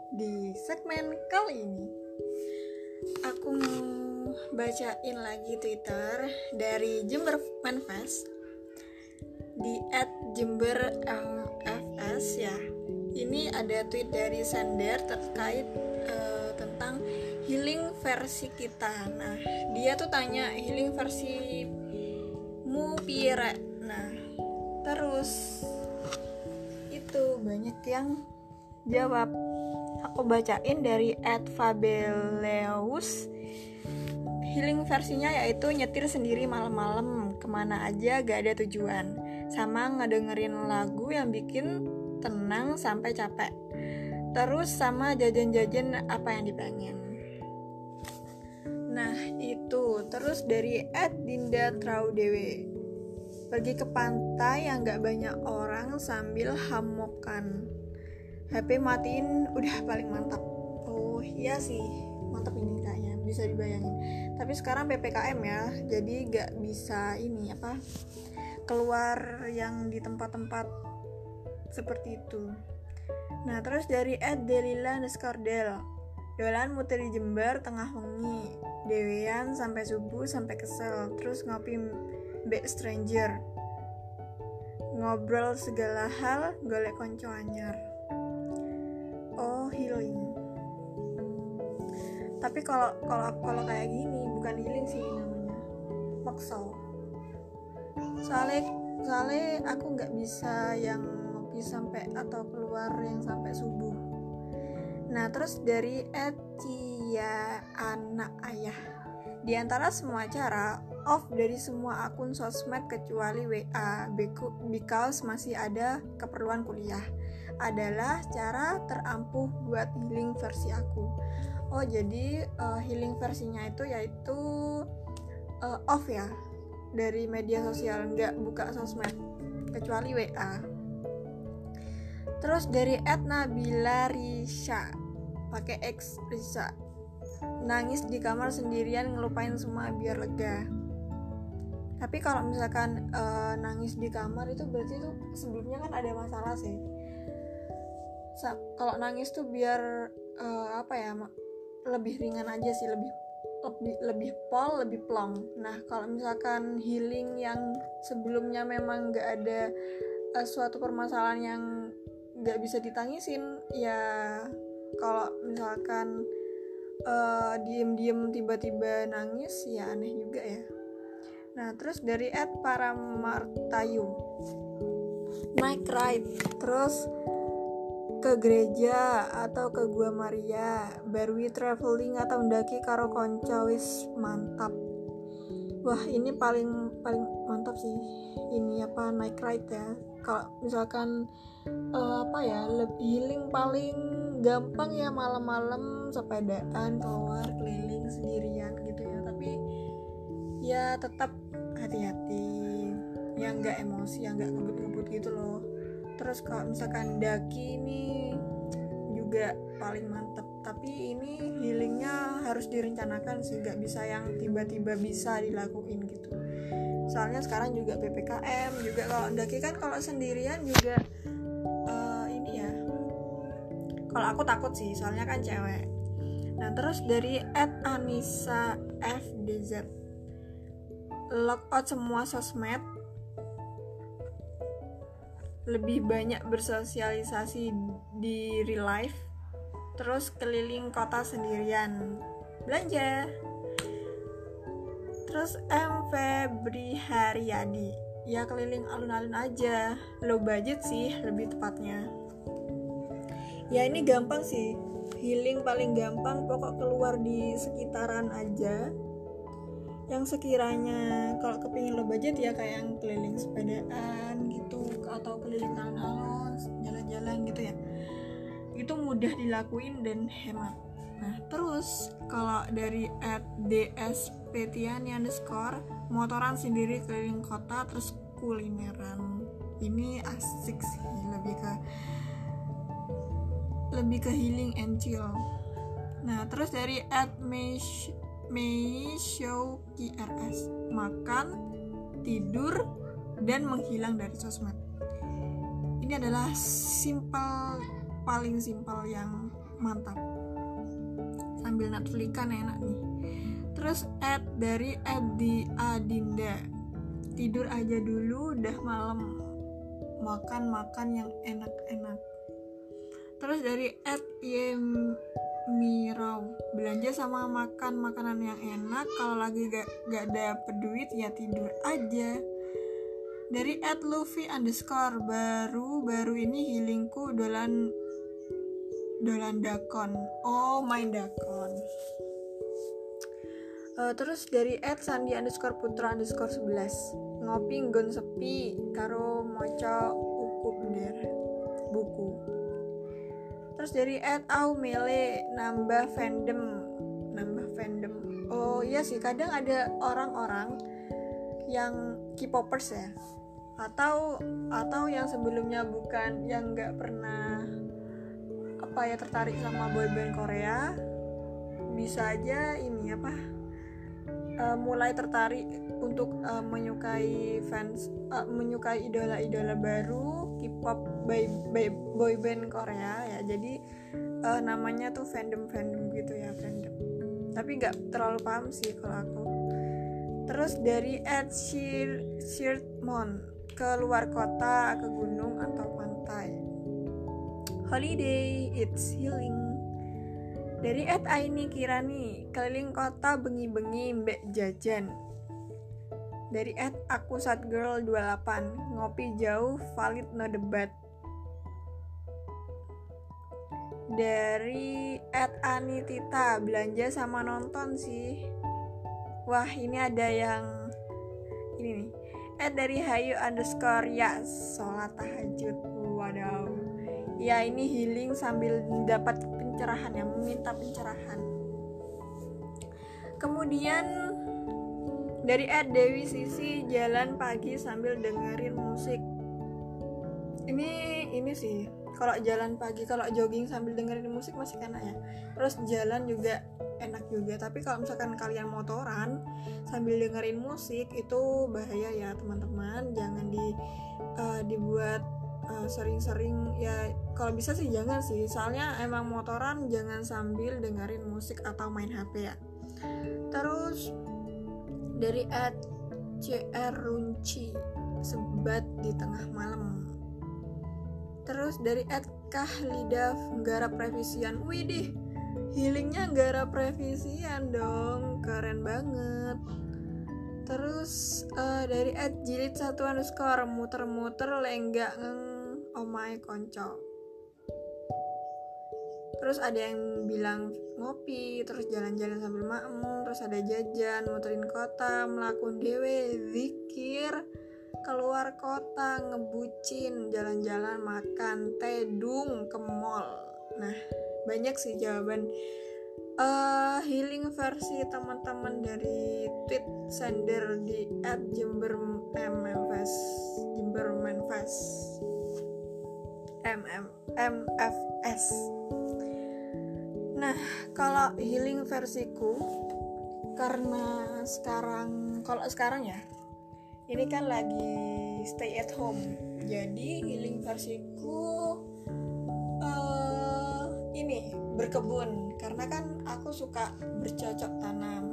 Di segmen kali ini aku bacain lagi Twitter dari Jember Manifest di @jembermfs ya. Ini ada tweet dari Sander terkait tentang healing versi kita. Nah, dia tuh tanya healing versi mu pire. Nah, terus itu banyak yang jawab. Aku bacain dari @fabeleus. Healing versinya yaitu nyetir sendiri malam-malam kemana aja gak ada tujuan, sama ngedengerin lagu yang bikin tenang sampai capek, terus sama jajan-jajan apa yang dipengen. Nah itu. Terus dari @dinda_traudewe, pergi ke pantai yang gak banyak orang sambil hamokan, HP matiin, udah paling mantap. Oh iya sih, mantap ini kayaknya, bisa dibayangin. Tapi sekarang PPKM ya, jadi gak bisa keluar yang di tempat-tempat seperti itu. Nah terus dari @delila_del, dolan muter di Jember tengah wengi, dewean sampai subuh sampai kesel, terus ngopi mbek stranger, ngobrol segala hal, golek konco anyar. Oh healing. Tapi kalau kayak gini bukan healing sih namanya, maksa. Soalnya aku nggak bisa yang ngopi sampai atau keluar yang sampai subuh. Nah terus dari @cia anak ayah, di antara semua cara, off dari semua akun sosmed kecuali WA because masih ada keperluan kuliah, adalah cara terampuh buat healing versi aku. Oh jadi healing versinya itu yaitu off ya dari media sosial, nggak buka sosmed kecuali WA. Terus dari @nabila_risha, pakai X Risa, nangis di kamar sendirian ngelupain semua biar lega. Tapi kalau misalkan nangis di kamar itu berarti tuh sebelumnya kan ada masalah sih. Kalau nangis tuh biar lebih ringan aja sih, lebih plong. Nah kalau misalkan healing yang sebelumnya memang nggak ada suatu permasalahan yang nggak bisa ditangisin ya, kalau misalkan diem tiba-tiba nangis ya aneh juga ya. Nah terus dari @paramartayu, naik ride terus ke gereja atau ke Gua Maria, barwi traveling atau mendaki karo konco, wis mantap. Wah ini paling mantap sih ini naik ride ya. Kalau misalkan lebih healing paling gampang ya malam-malam sepedaan keluar keliling sendirian gitu ya. Tapi ya tetap hati-hati, yang nggak emosi, yang nggak ngebut-ngebut gitu loh. Terus kalau misalkan daki ini juga paling mantep, tapi ini healingnya harus direncanakan sih, nggak bisa yang tiba-tiba bisa dilakuin gitu. Soalnya sekarang juga PPKM juga, kalau daki kan kalau sendirian juga kalau aku takut sih, soalnya kan cewek. Nah terus dari @anisa_fdz, logout semua sosmed, lebih banyak bersosialisasi di real life, terus keliling kota sendirian, belanja. Terus Febri Haryadi, ya keliling alun-alun aja, low budget sih lebih tepatnya. Ya ini gampang sih, healing paling gampang, pokok keluar di sekitaran aja. Yang sekiranya kalau kepingin low budget ya kayak yang keliling sepedaan gitu, atau keliling alun-alun, jalan-jalan gitu ya. Itu mudah dilakuin dan hemat. Nah terus kalau dari @dspetiani_, motoran sendiri keliling kota terus kulineran, ini asik sih, lebih ke healing and chill. Nah terus dari @meishowkrs, makan, tidur, dan menghilang dari sosmed. Ini adalah paling simpel yang mantap. Sambil Netflix-an enak nih. Terus dari di Adinda, tidur aja dulu udah malam, makan yang enak-enak. Terus dari Yemirau, belanja sama makan makanan yang enak, kalau lagi gak dapet duit ya tidur aja. Dari @luffy_, baru ini healingku dolan dakon. Oh, main dakon. Terus dari @sandi_putra_11, ngopi nggon sepi karo maca buku. Terus dari @aumele, nambah fandom. Oh iya sih, kadang ada orang-orang yang K-popers ya, atau yang sebelumnya bukan, yang nggak pernah tertarik sama boyband Korea, bisa aja ini mulai tertarik untuk menyukai idola-idola baru K-pop boyband Korea ya. Jadi namanya tuh fandom gitu ya, fandom. Tapi nggak terlalu paham sih kalau aku. Terus dari @Shirtmon, keluar kota, ke gunung atau pantai. Holiday, it's healing. Dari @Aini Kirani, keliling kota bengi-bengi mbek jajan. Dari @akusatgirl28, ngopi jauh valid no debat. Dari @Anitita, belanja sama nonton sih. Wah, ini ada yang ini nih. Dari Hayu_Yas, sholat tahajud. Waduh. Ya, ini healing sambil dapat pencerahan ya, meminta pencerahan. Kemudian dari @Dewi Sisi, jalan pagi sambil dengerin musik. Ini sih, kalau jalan pagi, kalau jogging sambil dengerin musik masih enak ya. Terus jalan juga enak juga. Tapi kalau misalkan kalian motoran sambil dengerin musik, itu bahaya ya teman-teman. Jangan dibuat sering-sering ya. Kalau bisa sih jangan sih, soalnya emang motoran jangan sambil dengerin musik atau main HP ya. Terus dari @CRRunci, sebat di tengah malam. Terus dari @Kahlidaf, garap revisian. Widih, healingnya garap revisian dong, keren banget. Terus dari @jilid1_, muter-muter lenggak omai konco. Terus ada yang bilang ngopi, terus jalan-jalan sambil maem, terus ada jajan, muterin kota, melakun dewe, zikir, keluar kota, ngebucin, jalan-jalan, makan, tedung, ke mall. Nah, banyak sih jawaban healing versi teman-teman dari tweet sender di @jembermfs. Nah, kalau healing versiku, karena kalau sekarang ya, ini kan lagi stay at home, jadi healing versiku ini berkebun, karena kan aku suka bercocok tanam.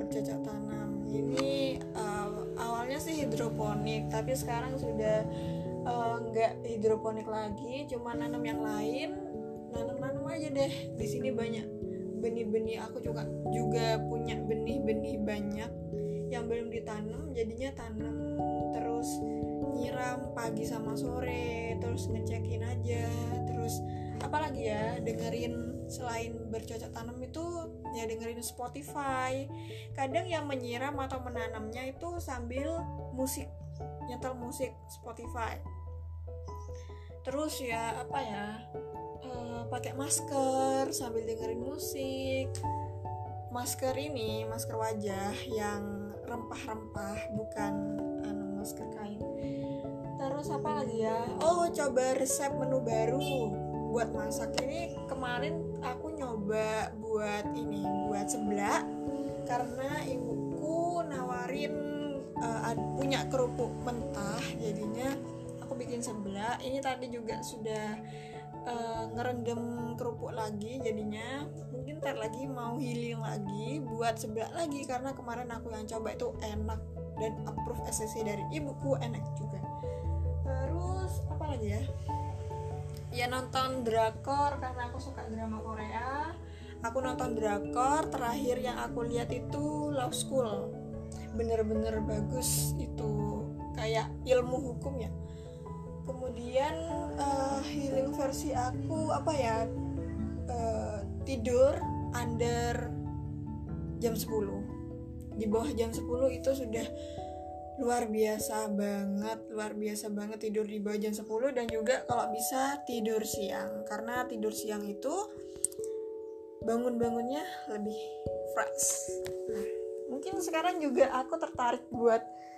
Ini awalnya sih hidroponik, tapi sekarang sudah nggak hidroponik lagi, cuma nanam yang lain, nanam aja deh. Di sini banyak benih-benih, aku juga punya benih-benih banyak yang belum ditanam, jadinya tanam terus, nyiram pagi sama sore, terus ngecekin aja. Terus apalagi ya, dengerin, selain bercocok tanam itu ya dengerin Spotify. Kadang yang menyiram atau menanamnya itu sambil nyetel musik Spotify. Terus ya pakai masker sambil dengerin musik. Masker wajah yang rempah-rempah, bukan masker kain. Terus apa lagi ya? Oh, coba resep menu baru buat masak. Ini kemarin aku nyoba buat seblak, karena ibuku nawarin punya kerupuk mentah, jadinya aku bikin seblak. Ini tadi juga sudah ngerendam kerupuk lagi, jadinya mungkin ntar lagi mau healing lagi buat seblak lagi, karena kemarin aku yang coba itu enak dan approve SCC dari ibuku, enak juga. Terus apa lagi ya, nonton drakor karena aku suka drama Korea. Aku nonton drakor, terakhir yang aku lihat itu Law School, bener-bener bagus itu, kayak ilmu hukum ya. Kemudian healing versi aku tidur under jam 10. Di bawah jam 10 itu sudah luar biasa banget tidur di bawah jam 10. Dan juga kalau bisa tidur siang, karena tidur siang itu bangun-bangunnya lebih fresh. Nah, mungkin sekarang juga aku tertarik buat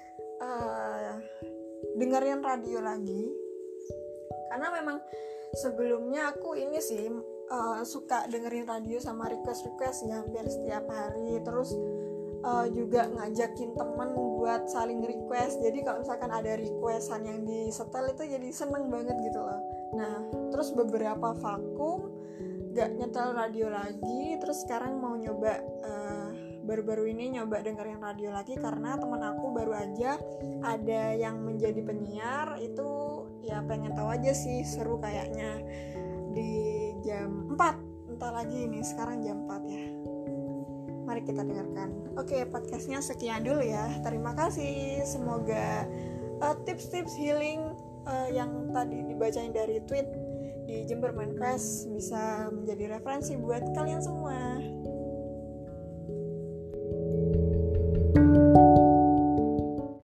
dengerin radio lagi, karena memang sebelumnya aku ini sih suka dengerin radio sama request ya hampir setiap hari. Terus juga ngajakin temen buat saling request, jadi kalau misalkan ada requestan yang di setel itu jadi seneng banget gitu loh. Nah terus beberapa vakum gak nyetel radio lagi, terus sekarang mau nyoba baru-baru ini nyoba dengerin radio lagi, karena temen aku baru aja ada yang menjadi penyiar, itu ya pengen tahu aja sih, seru kayaknya, di jam 4 entar lagi nih, sekarang jam 4 ya. Mari kita dengarkan. Oke, podcastnya sekian dulu ya, terima kasih. Semoga tips-tips healing yang tadi dibacain dari tweet di Jember Mindcast bisa menjadi referensi buat kalian semua.